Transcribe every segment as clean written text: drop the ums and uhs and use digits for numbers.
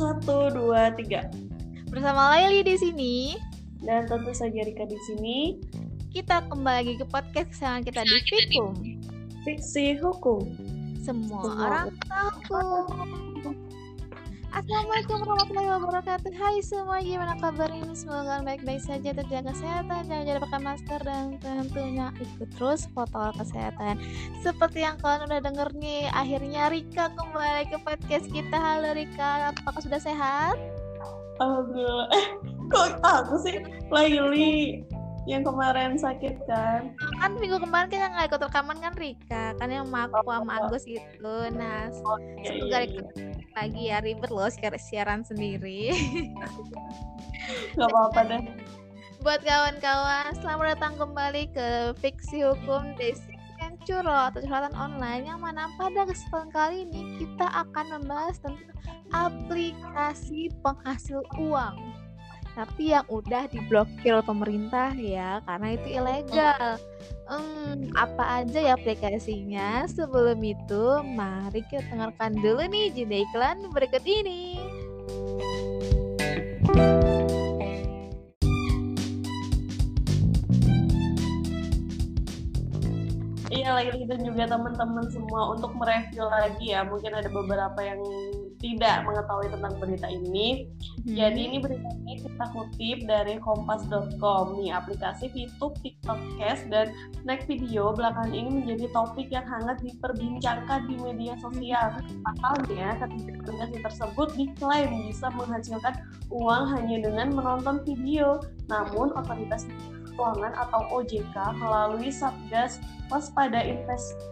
1, 2, 3. Bersama Laili di sini. Dan tentu saja Rika di sini. Kita kembali lagi ke podcast kesayangan kita di Fikum. Fiksi Hukum. Semua orang tahu. Assalamualaikum warahmatullahi wabarakatuh. Hai semua, gimana kabar ini? Semoga baik-baik saja, terjaga kesehatan, jangan lupa pakai masker dan tentunya ikut terus protokol kesehatan. Seperti yang kalian udah denger nih, akhirnya Rika kembali ke podcast kita. Halo Rika, apakah sudah sehat? Alhamdulillah. Kok aku sih Laili yang kemarin sakit kan? Kan minggu kemarin kita nggak ikut rekaman kan Rika, kan yang sama aku sama Agus itu. Nah, semoga ikut lagi ya, ribet loh siaran sendiri. Gak apa-apa deh. Buat kawan-kawan, selamat datang kembali ke Fiksi Hukum Desi Curhat atau curhatan online, yang mana pada kesempatan kali ini kita akan membahas tentang aplikasi penghasil uang, tapi yang udah diblokir oleh pemerintah ya, karena itu ilegal. Apa aja ya aplikasinya? Sebelum itu, mari kita dengarkan dulu nih jeda iklan berikut ini. Iya, Laili dan juga teman-teman semua, untuk mereview lagi ya, mungkin ada beberapa yang tidak mengetahui tentang berita ini. Jadi ini berita ini kita kutip dari kompas.com nih. Aplikasi VTube, TikTok Cash, dan Snack Video belakangan ini menjadi topik yang hangat diperbincangkan di media sosial. Pasalnya, ketiga aplikasi tersebut diklaim bisa menghasilkan uang hanya dengan menonton video. Namun, otoritas keuangan atau OJK melalui Satgas Waspada Investasi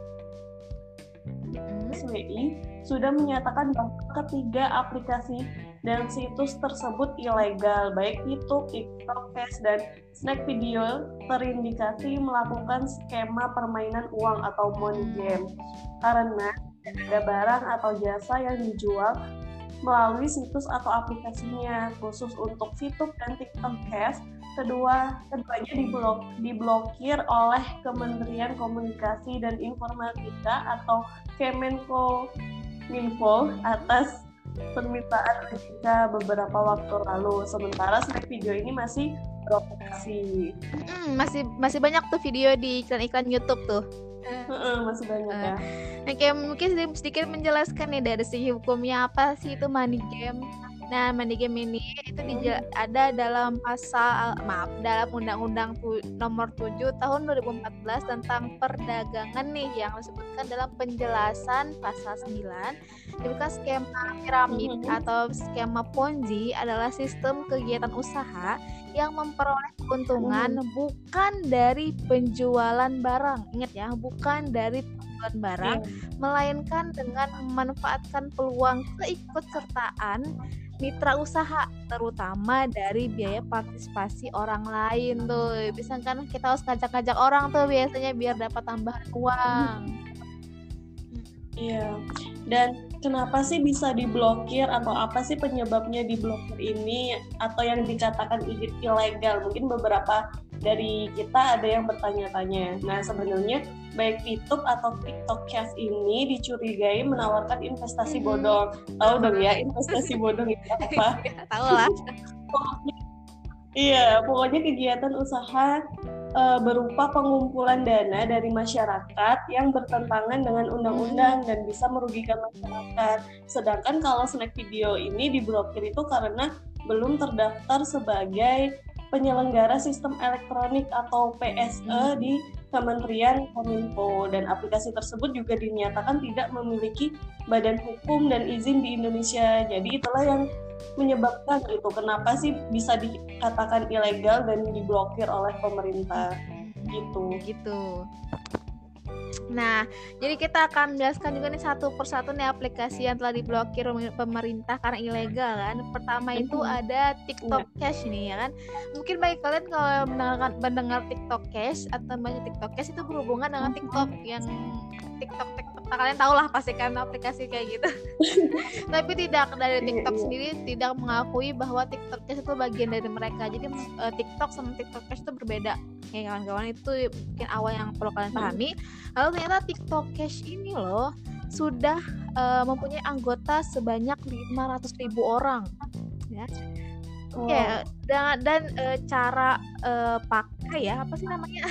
SWI sudah menyatakan bahwa ketiga aplikasi dan situs tersebut ilegal, baik YouTube, TikTok Cash, dan Snack Video terindikasi melakukan skema permainan uang atau money game karena ada barang atau jasa yang dijual melalui situs atau aplikasinya. Khusus untuk YouTube dan TikTok Cash, keduanya diblokir oleh Kementerian Komunikasi dan Informatika atau Kemenkominfo atas permintaan mereka beberapa waktu lalu. Sementara Snack Video ini masih beroperasi. Masih banyak tuh video di iklan-iklan YouTube tuh. Masih banyak ya. Nah, kayak mungkin sedikit menjelaskan nih dari segi hukumnya apa sih itu money game. Nah, money game ini itu ada dalam dalam Undang-Undang Nomor 7 Tahun 2014 tentang perdagangan nih, yang disebutkan dalam penjelasan pasal 9. Jadi skema piramid atau skema Ponzi adalah sistem kegiatan usaha yang memperoleh keuntungan bukan dari penjualan barang. Ingat ya, bukan dari penjualan barang, melainkan dengan memanfaatkan peluang keikutsertaan mitra usaha, terutama dari biaya partisipasi orang lain tuh. Bisa kan kita harus ngajak-ngajak orang tuh biasanya biar dapat tambahan uang. Iya. Dan kenapa sih bisa diblokir, atau apa sih penyebabnya diblokir ini atau yang dikatakan ilegal? Mungkin beberapa dari kita ada yang bertanya-tanya. Nah, sebenarnya baik YouTube atau TikTok Cash ini dicurigai menawarkan investasi bodong. Tahu dong ya investasi bodong itu apa? Tahu lah. Pokoknya kegiatan usaha berupa pengumpulan dana dari masyarakat yang bertentangan dengan undang-undang dan bisa merugikan masyarakat. Sedangkan kalau Snack Video ini diblokir itu karena belum terdaftar sebagai penyelenggara sistem elektronik atau PSE di Kementerian Kominfo, dan aplikasi tersebut juga dinyatakan tidak memiliki badan hukum dan izin di Indonesia. Jadi itulah yang menyebabkan itu kenapa sih bisa dikatakan ilegal dan diblokir oleh pemerintah gitu. Nah, jadi kita akan menjelaskan juga nih satu persatu nih aplikasi yang telah diblokir pemerintah karena ilegal kan. Pertama itu ada TikTok Cash nih ya kan. Mungkin bagi kalian kalau mendengar TikTok Cash atau banyak TikTok Cash itu berhubungan dengan TikTok yang TikTok. Nah, kalian tahu lah pasti kan aplikasi kayak gitu. Tapi tidak, dari TikTok sendiri tidak mengakui bahwa TikTok Cash itu bagian dari mereka. Jadi TikTok sama TikTok Cash itu berbeda. Ya kawan-kawan, itu mungkin awal yang perlu kalian pahami. Lalu ternyata TikTok Cash ini loh sudah mempunyai anggota sebanyak 500.000 orang ya. Ya, dan cara pakai ya, apa sih namanya?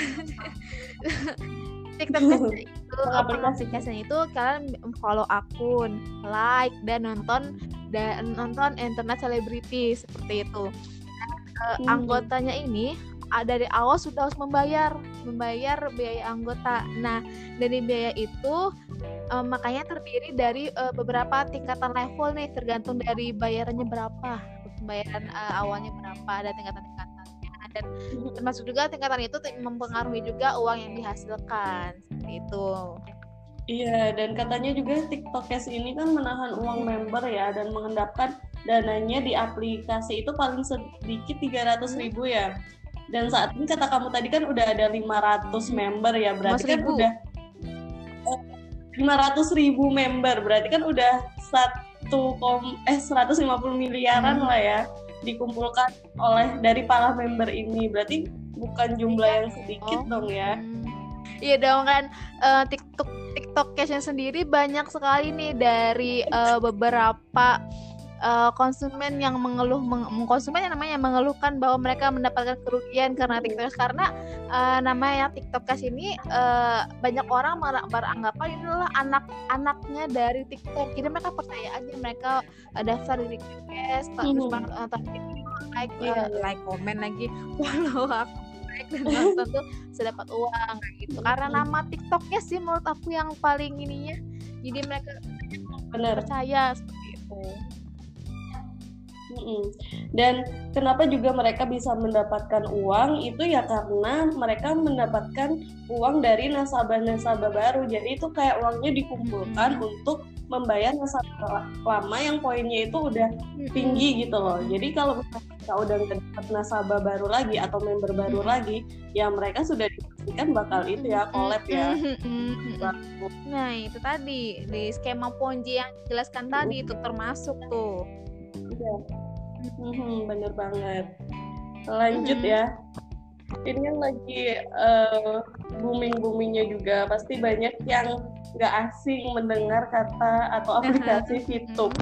TikTok Cash itu aplikasinya itu kalian follow akun, like dan nonton internet selebriti seperti itu. Anggotanya ini dari awal sudah harus membayar biaya anggota. Nah, dari biaya itu makanya terdiri dari beberapa tingkatan level nih, tergantung dari bayarannya berapa. Pembayaran awalnya berapa, ada tingkatan-tingkatannya, dan termasuk juga tingkatan itu mempengaruhi juga uang yang dihasilkan seperti itu. Iya, dan katanya juga TikTok Cash ini kan menahan uang member ya, dan mengendapkan dananya di aplikasi itu paling sedikit 300.000 ya. Dan saat ini kata kamu tadi kan udah ada 500 member ya, berarti kan udah 500.000 member, berarti kan udah 150 miliaran lah ya dikumpulkan dari para member ini. Berarti bukan jumlah yang sedikit dong ya. Iya dong kan. TikTok Cash sendiri banyak sekali nih dari beberapa konsumen yang konsumen yang namanya mengeluhkan bahwa mereka mendapatkan kerugian karena TikTok, karena namanya TikTok Cash ini banyak orang beranggapan ini adalah anak-anaknya dari TikTok, jadi mereka percaya aja, mereka daftar di TikTok Cash, terus like, komen lagi, follow aku, like dan nonton tuh bisa dapat uang kayak gitu. Karena nama TikToknya sih menurut aku yang paling ininya, jadi mereka percaya seperti itu. Dan kenapa juga mereka bisa mendapatkan uang itu ya karena mereka mendapatkan uang dari nasabah-nasabah baru. Jadi itu kayak uangnya dikumpulkan untuk membayar nasabah lama yang poinnya itu udah tinggi gitu loh. Jadi kalau kita udah dapat nasabah baru lagi atau member baru lagi, ya mereka sudah dipastikan bakal itu ya collab ya. Nah itu tadi di skema Ponzi yang dijelaskan tadi itu termasuk tuh. Iya. Bener banget. Lanjut ya. Ini kan lagi booming-boomingnya juga. Pasti banyak yang nggak asing mendengar kata atau aplikasi VTube.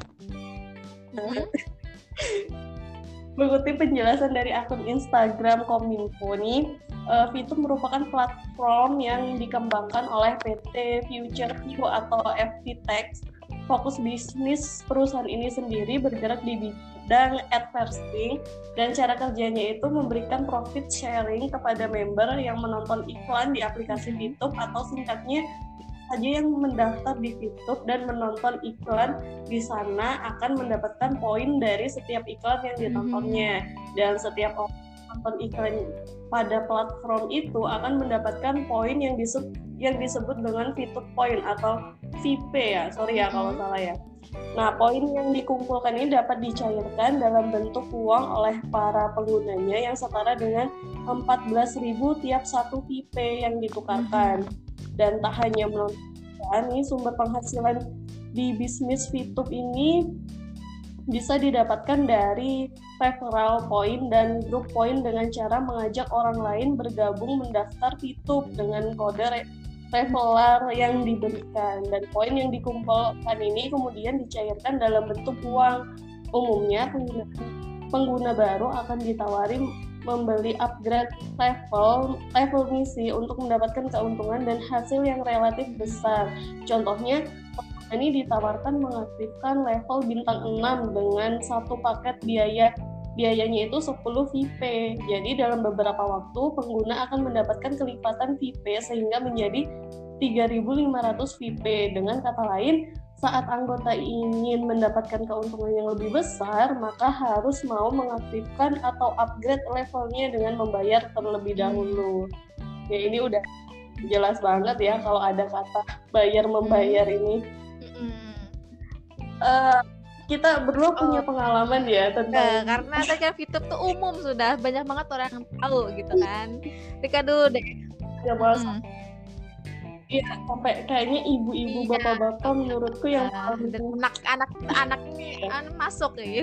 Mengutip penjelasan dari akun Instagram Kominfo nih, VTube merupakan platform yang dikembangkan oleh PT Future View atau FVTech. Fokus bisnis perusahaan ini sendiri bergerak di bidang advertising, dan cara kerjanya itu memberikan profit sharing kepada member yang menonton iklan di aplikasi VTube, atau singkatnya saja yang mendaftar di VTube dan menonton iklan di sana akan mendapatkan poin dari setiap iklan yang ditontonnya, dan setiap orang menonton iklan pada platform itu akan mendapatkan poin yang disebut dengan VTube Point atau VIP ya, sorry ya kalau salah ya. Nah, poin yang dikumpulkan ini dapat dicairkan dalam bentuk uang oleh para penggunanya yang setara dengan 14.000 tiap satu VIP yang ditukarkan. Dan tak hanya menonton, nih sumber penghasilan di bisnis VTube ini bisa didapatkan dari referral point dan grup point dengan cara mengajak orang lain bergabung mendaftar VTube dengan kode referral yang diberikan, dan poin yang dikumpulkan ini kemudian dicairkan dalam bentuk uang. Umumnya pengguna baru akan ditawari membeli upgrade level misi untuk mendapatkan keuntungan dan hasil yang relatif besar. Contohnya, ini ditawarkan mengaktifkan level bintang 6 dengan satu paket biayanya itu 10 VIP. Jadi dalam beberapa waktu pengguna akan mendapatkan kelipatan VIP sehingga menjadi 3.500 VIP. Dengan kata lain, saat anggota ingin mendapatkan keuntungan yang lebih besar, maka harus mau mengaktifkan atau upgrade levelnya dengan membayar terlebih dahulu. Ya ini udah jelas banget ya kalau ada kata bayar membayar ini. Kita berdua punya pengalaman ya tentang karena kan VTube tuh umum, sudah banyak banget orang yang tahu gitu kan. Rika dulu deh. Ya bos. Iya, sampai kayaknya ibu-ibu bapak-bapak menurutku yang anak ini masuk ya.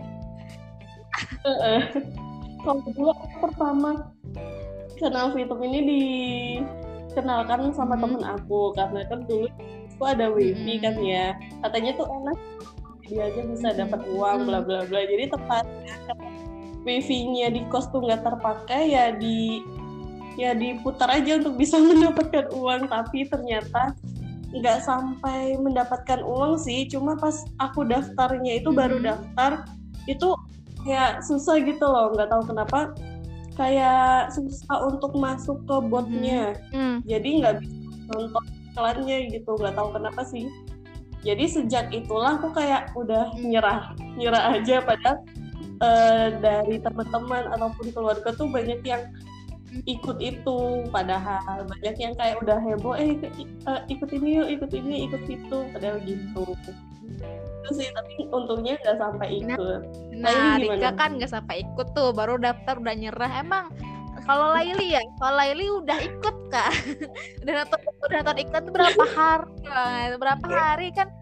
Kalau dulu pertama kenal VTube ini dikenalkan sama temen aku, karena kan dulu kok ada wifi kan ya, katanya tuh enak, dia aja bisa dapat uang bla bla bla. Jadi tepatnya wifi-nya di kos tuh nggak terpakai, ya diputar aja untuk bisa mendapatkan uang. Tapi ternyata nggak sampai mendapatkan uang sih, cuma pas aku daftarnya itu baru daftar itu kayak susah gitu loh, nggak tahu kenapa kayak susah untuk masuk ke botnya. Jadi nggak bisa nonton iklannya gitu, nggak tahu kenapa sih. Jadi sejak itulah aku kayak udah nyerah aja. Padahal dari teman-teman ataupun keluarga tuh banyak yang ikut itu, padahal banyak yang kayak udah heboh, ikut ini yuk, ikut ini, ikut itu, padahal gitu. Itu sih, tapi untungnya nggak sampai ikut. Nah, Rika kan nggak sampai ikut tuh, baru daftar udah nyerah. Emang kalau Laili udah ikut Kak. udah nonton iklan tuh berapa hari kan?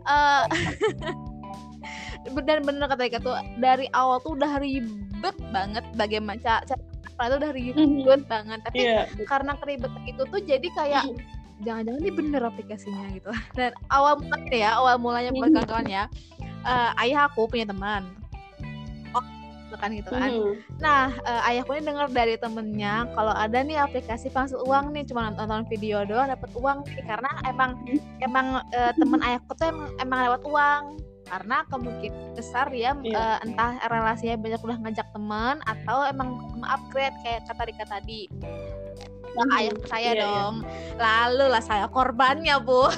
Bener kata Rika tuh, dari awal tuh udah ribet banget bagaimana cara itu udah ribet banget. Tapi karena keribetan itu tuh jadi kayak jangan-jangan ini bener aplikasinya gitu. Dan awal mulanya buat kawan-kawan ya, ayah aku punya teman kan gitu kan. Nah, ayahku ini dengar dari temennya kalau ada nih aplikasi penghasil uang nih, cuma nonton video doang dapat uang nih. Karena emang temen ayahku tuh emang lewat uang. Karena kemungkinan besar ya entah relasinya banyak udah ngajak teman atau emang upgrade kayak kata Rika tadi. Nah, ayah saya dong. Lalu lah saya korbannya, Bu.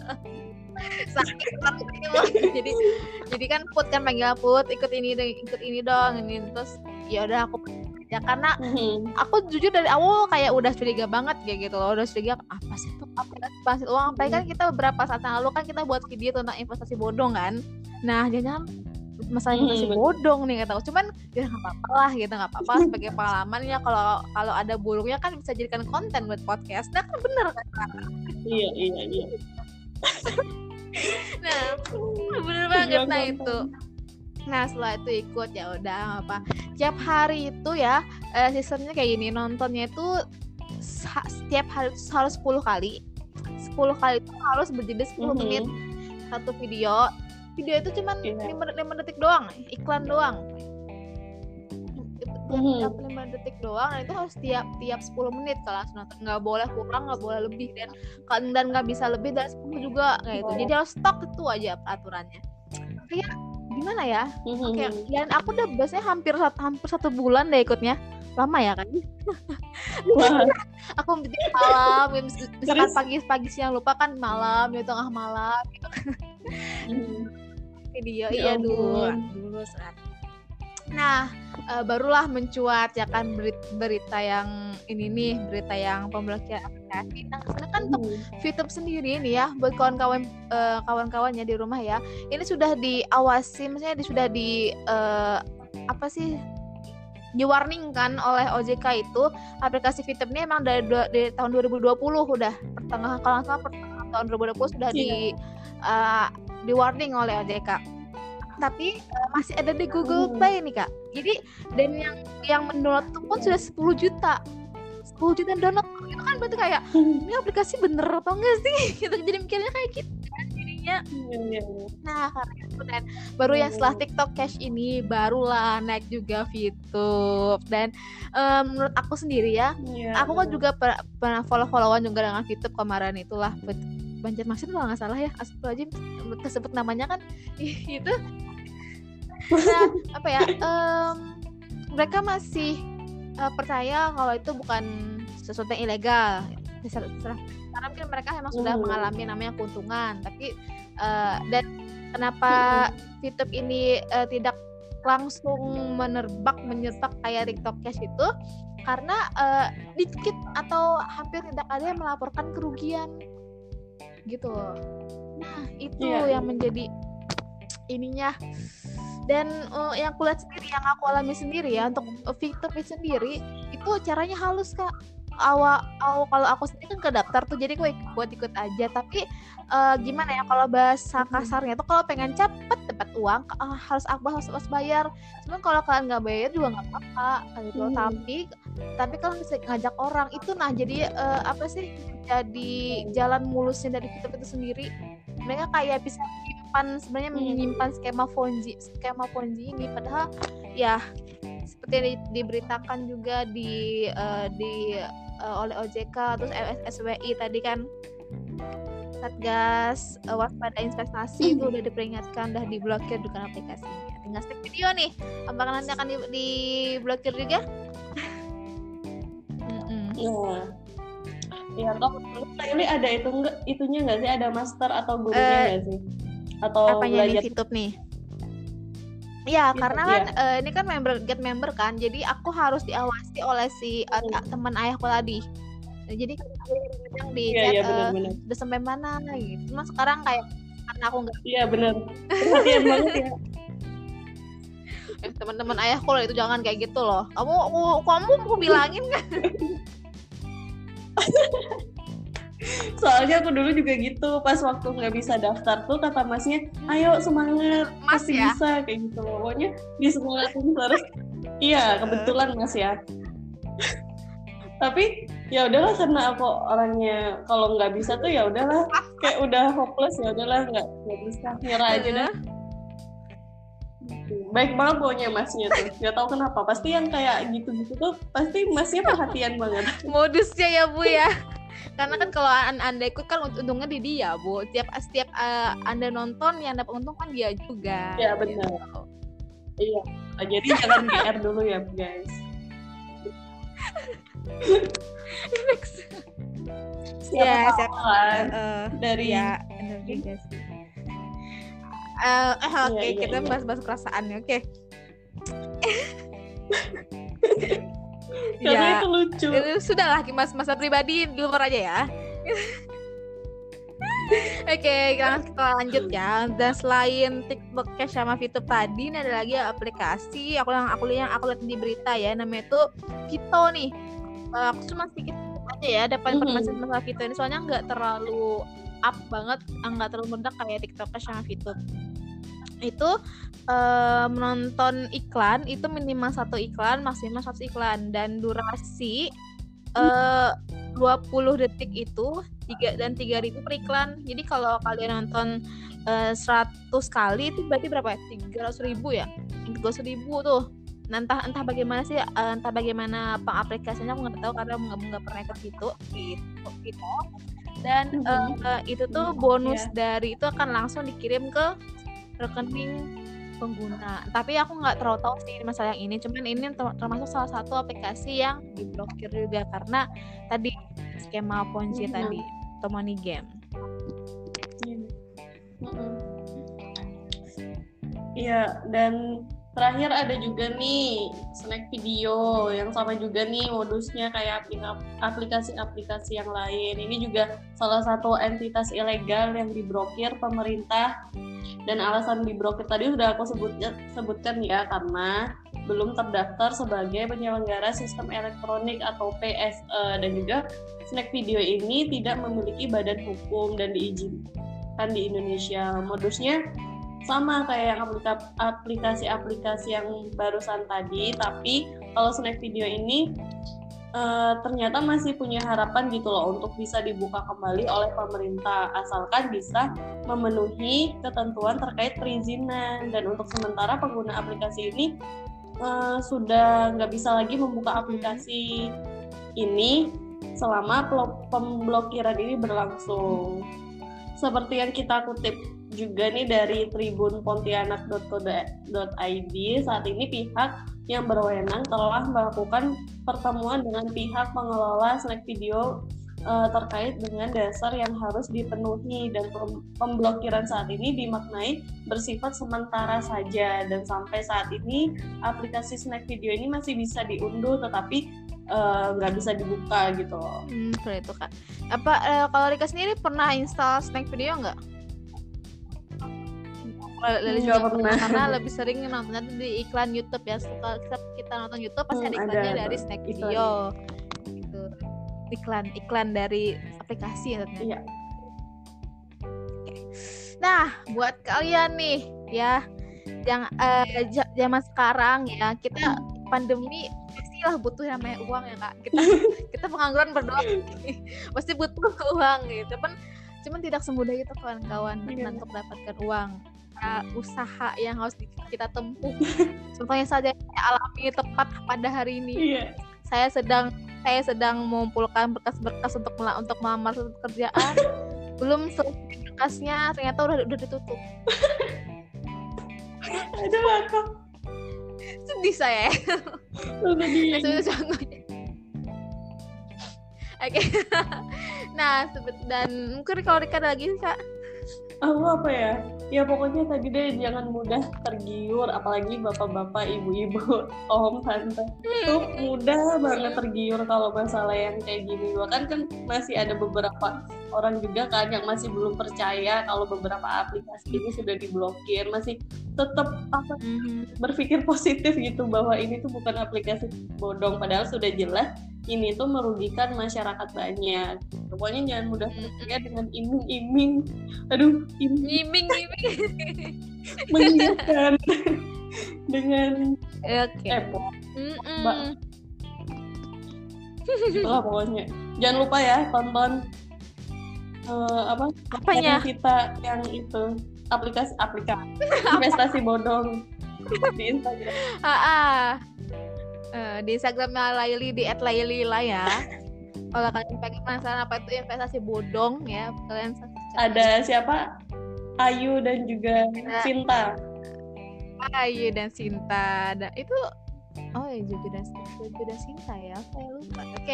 Sakit jadi kan Put kan panggil Put, ikut ini dong ini, terus ya udah aku ya, karena aku jujur dari awal kayak udah curiga banget kayak gitu loh, udah curiga apa sih itu aplikasi penghasil uang. Apalagi kan kita beberapa saat yang lalu kan kita buat video tentang investasi bodong kan. Nah, jangan masalah investasi bodong nih kata aku. Cuman ya nggak apa-apa lah gitu, nggak apa-apa sebagai pengalaman ya, kalau ada buruknya kan bisa jadikan konten buat podcast. Nah kan bener kan? Iya. Nah bener banget. Nah itu, nah setelah itu ikut ya udah apa, tiap hari itu ya sistemnya kayak gini, nontonnya itu setiap hari harus 10 kali itu harus berjeda 10 menit satu video itu cuman 5 detik doang, iklan doang, 5 detik doang. Dan itu harus tiap 10 menit kalau langsung nonton, nggak boleh kurang, nggak boleh lebih, dan nggak bisa lebih dari 10 juga kayak gitu. Jadi harus stop, itu aja peraturannya. Kayak gimana ya? Oke, dan aku udah biasanya hampir 1 bulan deh ikutnya. Lama ya kan? Aku malam, misalkan pagi siang lupa kan, malam ya, tengah malam gitu. Video dulu saat. Nah, barulah mencuat ya kan berita yang ini nih, berita yang pemblokiran aplikasi. Nah, sedangkan untuk VTube sendiri nih ya, buat kawan-kawannya di rumah ya, ini sudah diawasi, maksudnya sudah di warning kan oleh OJK. Itu aplikasi VTube ini emang dari tahun 2020 udah pertengahan tahun 2020 sudah di warning oleh OJK. Tapi masih ada di Google Play nih Kak. Jadi dan yang mendownload itu pun sudah 10 juta download. Itu kan berarti kayak ini aplikasi bener atau enggak sih? Gitu. Jadi mikirnya kayak gitu kan jadinya. Nah, karena itu, dan baru yang setelah TikTok Cash ini barulah naik juga VTube. Dan menurut aku sendiri ya, aku kan juga pernah follow-followan juga dengan VTube kemarin itulah, Banjarmasin kalau nggak salah ya, astagfirullahaladzim tersebut namanya kan itu. Nah, apa ya, mereka masih percaya kalau itu bukan sesuatu yang ilegal. Karena mungkin mereka memang sudah mengalami namanya keuntungan. Tapi dan kenapa VTube ini tidak langsung menyerpak kayak TikTok Cash itu, karena dikit atau hampir tidak ada yang melaporkan kerugian gitu. Nah itu yang menjadi ininya. Dan yang aku lihat sendiri, yang aku alami sendiri ya, untuk VTube sendiri itu caranya halus Kak. Awal kalau aku sendiri kan ke daftar tuh, jadi gue buat ikut aja. Tapi gimana ya, kalau bahasa kasarnya tuh kalau pengen cepet dapat uang harus bayar. Cuman kalau kalian nggak bayar juga nggak apa-apa gitu. Tapi Tapi kalau misalnya ngajak orang itu nah jadi apa sih, jadi jalan mulusnya dari VTube itu sendiri. Mereka kayak bisa sebenarnya menyimpan skema Ponzi ini, padahal ya seperti yang diberitakan juga oleh OJK terus SWI tadi kan, Satgas Waspada Investasi itu udah diperingatkan, udah diblokir juga aplikasinya. Tinggal step video nih, apakah nanti akan diblokir juga? Ya, kalau ini ada itunya nggak sih, ada master atau gurunya nggak sih? Atau apanya belajar nih VTube nih? Ya, karena kan ini kan get member kan, jadi aku harus diawasi oleh si teman ayahku tadi. Jadi kadang di chat udah sampai mana gitu. Cuma sekarang kayak karena aku nggak. Iya benar. Perhatian banget ya. Teman-teman ayahku lah itu jangan kayak gitu loh. Kamu mau bilangin kan? Soalnya aku dulu juga gitu, pas waktu nggak bisa daftar tuh kata masnya, ayo semangat, pasti ya? Bisa kayak gitu. Pokoknya disemangatin terus. Iya kebetulan Mas ya. Tapi ya udahlah, karena aku orangnya kalau nggak bisa tuh ya udahlah, kayak udah hopeless, ya udahlah nggak bisa, nyerah aja dah. Baik banget pokoknya masnya tuh, nggak tahu kenapa, pasti yang kayak gitu-gitu tuh pasti masnya perhatian banget. Modusnya ya Bu ya. Karena kan kalau Anda ikut kan untungnya di dia Bu, setiap Anda nonton yang dapat untung kan dia juga. Iya benar gitu. Iya, jadi jangan GR dulu ya guys. Siapa kan dari ya energi guys. Oke, kita bahas kerasaannya. Oke. Karena itu lucu. Sudahlah, masa pribadi di luar aja ya. Oke, kita lanjut ya. Dan selain TikTok Cash sama VTube tadi, ini ada lagi aplikasi aku lihat di berita ya, namanya itu Vito nih. Aku cuma sedikit aja ya dapat informasi masalah Vito ini, soalnya nggak terlalu up banget, nggak terlalu meledak kayak TikTok Cash sama VTube. Itu menonton iklan itu minimal 1 iklan, maksimal 1 iklan, dan durasi 20 detik itu 3.000 per iklan. Jadi kalau kalian nonton 100 kali itu berarti berapa ya? 300.000 ya? 300.000 tuh. Nah, entah bagaimana sih, entah bagaimana pengaplikasinya aku nggak tahu karena nggak pernah ikut gitu. Dan itu tuh bonus dari itu akan langsung dikirim ke rekening pengguna. Tapi aku nggak terlalu tahu sih masalah yang ini. Cuman ini termasuk salah satu aplikasi yang diblokir juga karena tadi skema Ponzi tadi atau money game. Iya, dan terakhir ada juga nih snack video yang sama juga nih modusnya kayak aplikasi-aplikasi yang lain. Ini juga salah satu entitas ilegal yang diblokir pemerintah. Dan alasan diblokir tadi sudah aku sebutkan ya, karena belum terdaftar sebagai penyelenggara sistem elektronik atau PSE, dan juga snack video ini tidak memiliki badan hukum dan diizinkan di Indonesia. Modusnya sama kayak yang aplikasi-aplikasi yang barusan tadi, tapi kalau snack video ini ternyata masih punya harapan gitu loh untuk bisa dibuka kembali oleh pemerintah, asalkan bisa memenuhi ketentuan terkait perizinan. Dan untuk sementara pengguna aplikasi ini sudah nggak bisa lagi membuka aplikasi ini selama pemblokiran ini berlangsung. Seperti yang kita kutip juga nih dari tribunpontianak.co.id, saat ini pihak yang berwenang telah melakukan pertemuan dengan pihak pengelola snack video terkait dengan dasar yang harus dipenuhi, dan pemblokiran saat ini dimaknai bersifat sementara saja, dan sampai saat ini aplikasi snack video ini masih bisa diunduh tetapi nggak bisa dibuka gitu loh. Seperti itu Kak. Kalau Rika sendiri pernah install snack video nggak? Nggak pernah. Karena lebih sering nontonnya di iklan YouTube ya. Suka kita nonton YouTube pasti ada iklannya dari snack video gitu. Iklan dari aplikasi ya. Iya. Nah, buat kalian nih ya yang zaman sekarang ya, kita pandemi pasti pastilah butuh yang namanya uang ya Kak. Kita pengangguran berdua pasti butuh uang gitu kan. Cuman tidak semudah itu kawan-kawan untuk mendapatkan uang. Usaha yang harus kita tempuh. Contohnya saja saya alami tepat pada hari ini. Saya sedang mengumpulkan berkas-berkas untuk melamar suatu pekerjaan. Belum selesai berkasnya ternyata udah ditutup. Aduh aku sedih saya. Oke. Nah, dan mungkin kalau Rika ada lagi Kak. Aku apa ya? Ya pokoknya tadi deh jangan mudah tergiur, apalagi bapak-bapak, ibu-ibu, om, tante. Tuh mudah banget tergiur kalau masalah yang kayak gini. Bahkan kan masih ada beberapa orang juga kan yang masih belum percaya kalau beberapa aplikasi ini sudah diblokir, masih tetap berpikir positif gitu bahwa ini tuh bukan aplikasi bodong, padahal sudah jelas ini tuh merugikan masyarakat banyak. Pokoknya jangan mudah percaya dengan iming-iming. Aduh, iming mengingatkan dengan itulah pokoknya. Jangan lupa ya tonton apanya kita yang itu aplikasi investasi bodong di Instagram. Di Instagramnya Laili di @lailila ya. Kalau kalian pengen penasaran apa itu investasi bodong ya, kalian ada siapa? Ayu dan juga Sinta. Ayu dan Sinta. Itu Jojo dan Sinta ya, saya lupa. Oke.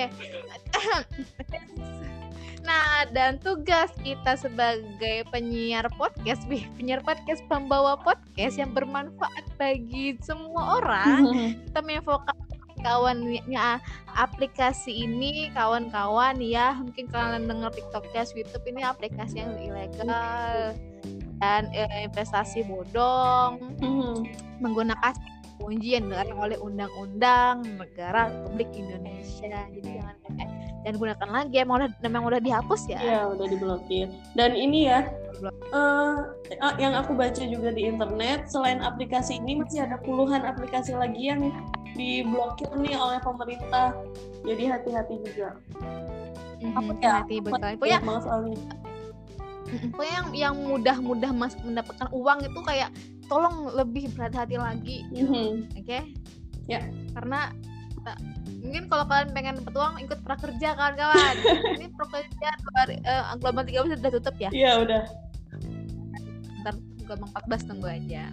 Nah, dan tugas kita sebagai penyiar podcast pembawa podcast yang bermanfaat bagi semua orang, kita menginfokan kawannya aplikasi ini, kawan-kawan ya, mungkin kalian dengar TikTok, YouTube ini aplikasi yang ilegal dan investasi bodong, menggunakan kunci yang dilarang oleh Undang-Undang Negara Republik Indonesia. Jadi jangan gunakan lagi, memang udah dihapus ya. Iya, udah diblokir. Dan ini ya, yang aku baca juga di internet, selain aplikasi ini masih ada puluhan aplikasi lagi yang diblokir nih oleh pemerintah. Jadi hati-hati juga. Hati-hati betul. Pokoknya yang mudah mendapatkan uang itu kayak tolong lebih berhati-hati lagi. Oke? Ya. Karena mungkin kalau kalian pengen dapat uang ikut prakerja kawan-kawan. Ini prakerja gelombang 13 sudah tutup ya? Iya udah. Ntar gelombang 14 tunggu aja.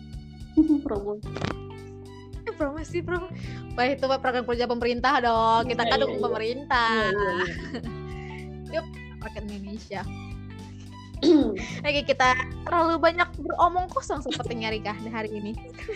Promosi. Baik itu program kerja pemerintah dong. Kita kan dukung pemerintah. Yuk, rakyat Indonesia. Oke, kita terlalu banyak beromong kosong sepertinya Rika hari ini.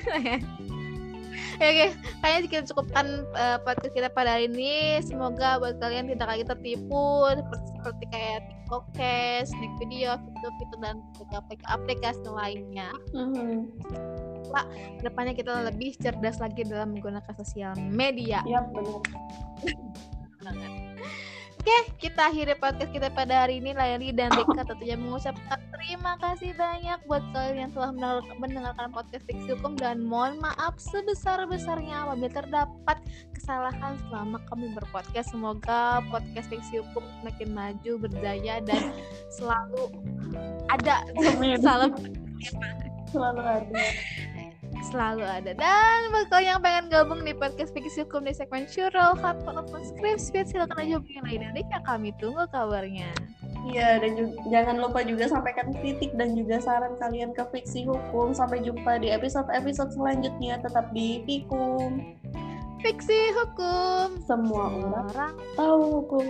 Oke, kayaknya kita cukupkan podcast kita pada hari ini. Semoga buat kalian tidak lagi tertipu seperti kayak TikTok, Snack Video, Fitur dan aplikasi lainnya. Pak, kedepannya kita lebih cerdas lagi dalam menggunakan sosial media. Iya, benar. Oke, kita akhiri podcast kita pada hari ini. Laili dan Rika tentunya mengucapkan terima kasih banyak buat kalian yang telah mendengarkan podcast Fiksi Hukum, dan mohon maaf sebesar-besarnya apabila terdapat kesalahan selama kami berpodcast. Semoga podcast Fiksi Hukum semakin maju, berjaya, dan selalu ada. Selalu ada. Dan buat kalian yang pengen gabung di podcast Fiksi Hukum di segmen Curol, Hotpot, ataupun Script, silakan aja hubungi Laili dan Rika. Kami tunggu kabarnya. Iya, dan jangan lupa juga sampaikan kritik dan juga saran kalian ke Fiksi Hukum. Sampai jumpa di episode selanjutnya. Tetap di Fikum. Fiksi Hukum. Semua orang tahu hukum.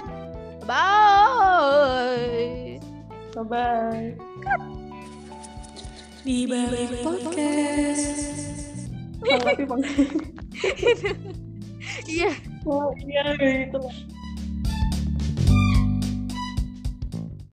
Bye. Bye. Di balik podcast. Tapi Iya. Oh iya gitu.